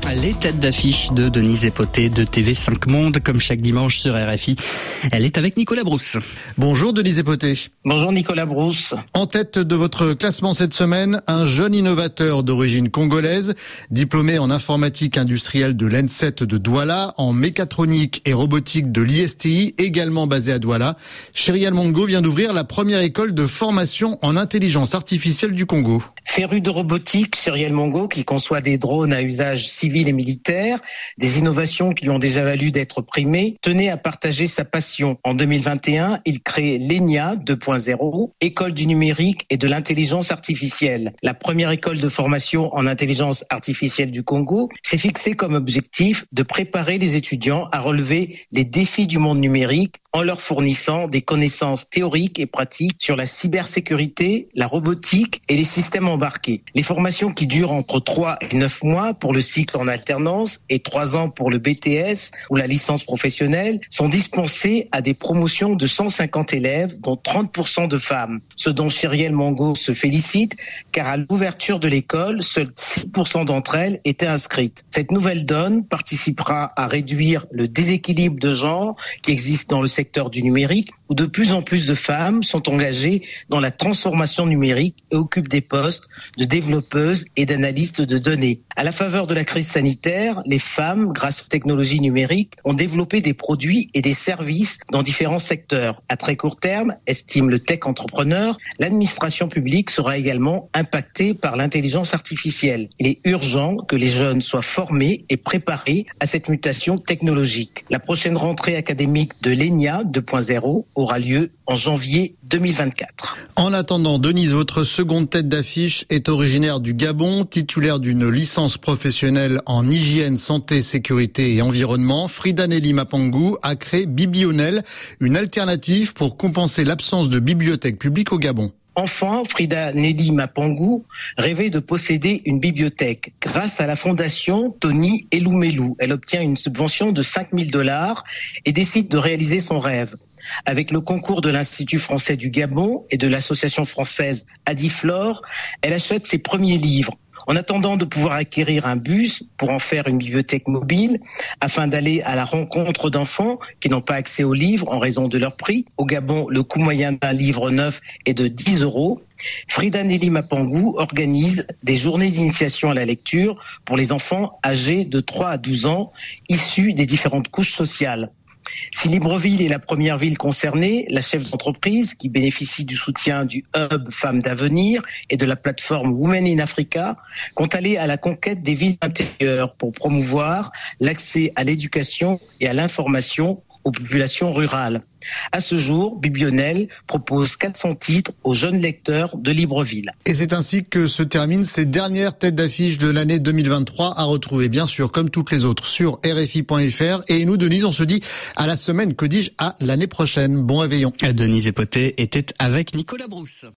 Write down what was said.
Les têtes d'affiche de Denise Epoté de TV5 Monde, comme chaque dimanche sur RFI. Elle est avec Nicolas Brousse. Bonjour Denise Epoté. Bonjour Nicolas Brousse. En tête de votre classement cette semaine, un jeune innovateur d'origine congolaise, diplômé en informatique industrielle de l'ENSET de Douala, en mécatronique et robotique de l'ISTI, également basé à Douala. Cyrielle Mongo vient d'ouvrir la première école de formation en intelligence artificielle du Congo. Féru de robotique, Cyrielle Mongo, qui conçoit des drones à usage civil et militaire, des innovations qui lui ont déjà valu d'être primées, tenait à partager sa passion. En 2021, il crée l'ENIA 2.0, école du numérique et de l'intelligence artificielle. La première école de formation en intelligence artificielle du Congo s'est fixée comme objectif de préparer les étudiants à relever les défis du monde numérique en leur fournissant des connaissances théoriques et pratiques sur la cybersécurité, la robotique et les systèmes embarqués. Les formations qui durent entre 3 et 9 mois pour le cycle en alternance et 3 ans pour le BTS ou la licence professionnelle sont dispensées à des promotions de 150 élèves, dont 30% de femmes. Ce dont Cyrielle Mongo se félicite, car à l'ouverture de l'école, seuls 6% d'entre elles étaient inscrites. Cette nouvelle donne participera à réduire le déséquilibre de genre qui existe dans le secteur du numérique, où de plus en plus de femmes sont engagées dans la transformation numérique et occupent des postes de développeuses et d'analystes de données. À la faveur de la crise sanitaire, les femmes, grâce aux technologies numériques, ont développé des produits et des services dans différents secteurs. À très court terme, estime le tech entrepreneur, l'administration publique sera également impactée par l'intelligence artificielle. Il est urgent que les jeunes soient formés et préparés à cette mutation technologique. La prochaine rentrée académique de l'ENIA 2.0 aura lieu en janvier 2024. En attendant, Denise, votre seconde tête d'affiche est originaire du Gabon, titulaire d'une licence professionnelle en hygiène, santé, sécurité et environnement. Frida Nelly Mapangou a créé Biblionel, une alternative pour compenser l'absence de bibliothèque publique au Gabon. Enfant, Frida Nelly Mapangou rêvait de posséder une bibliothèque. Grâce à la fondation Tony Eloumelou, elle obtient une subvention de $5 000 et décide de réaliser son rêve. Avec le concours de l'Institut français du Gabon et de l'association française Adiflore, elle achète ses premiers livres. En attendant de pouvoir acquérir un bus pour en faire une bibliothèque mobile, afin d'aller à la rencontre d'enfants qui n'ont pas accès aux livres en raison de leur prix. Au Gabon, le coût moyen d'un livre neuf est de 10 €. Frida Nelly Mapangou organise des journées d'initiation à la lecture pour les enfants âgés de 3 à 12 ans, issus des différentes couches sociales. Si Libreville est la première ville concernée, la chef d'entreprise, qui bénéficie du soutien du Hub Femmes d'Avenir et de la plateforme Women in Africa, compte aller à la conquête des villes intérieures pour promouvoir l'accès à l'éducation et à l'information aux populations rurales. À ce jour, Biblionel propose 400 titres aux jeunes lecteurs de Libreville. Et c'est ainsi que se terminent ces dernières têtes d'affiche de l'année 2023, à retrouver bien sûr comme toutes les autres sur RFI.fr. Et nous, Denise, on se dit à la semaine, que dis-je, à l'année prochaine. Bon réveillon. Denise Epoté était avec Nicolas Brousse.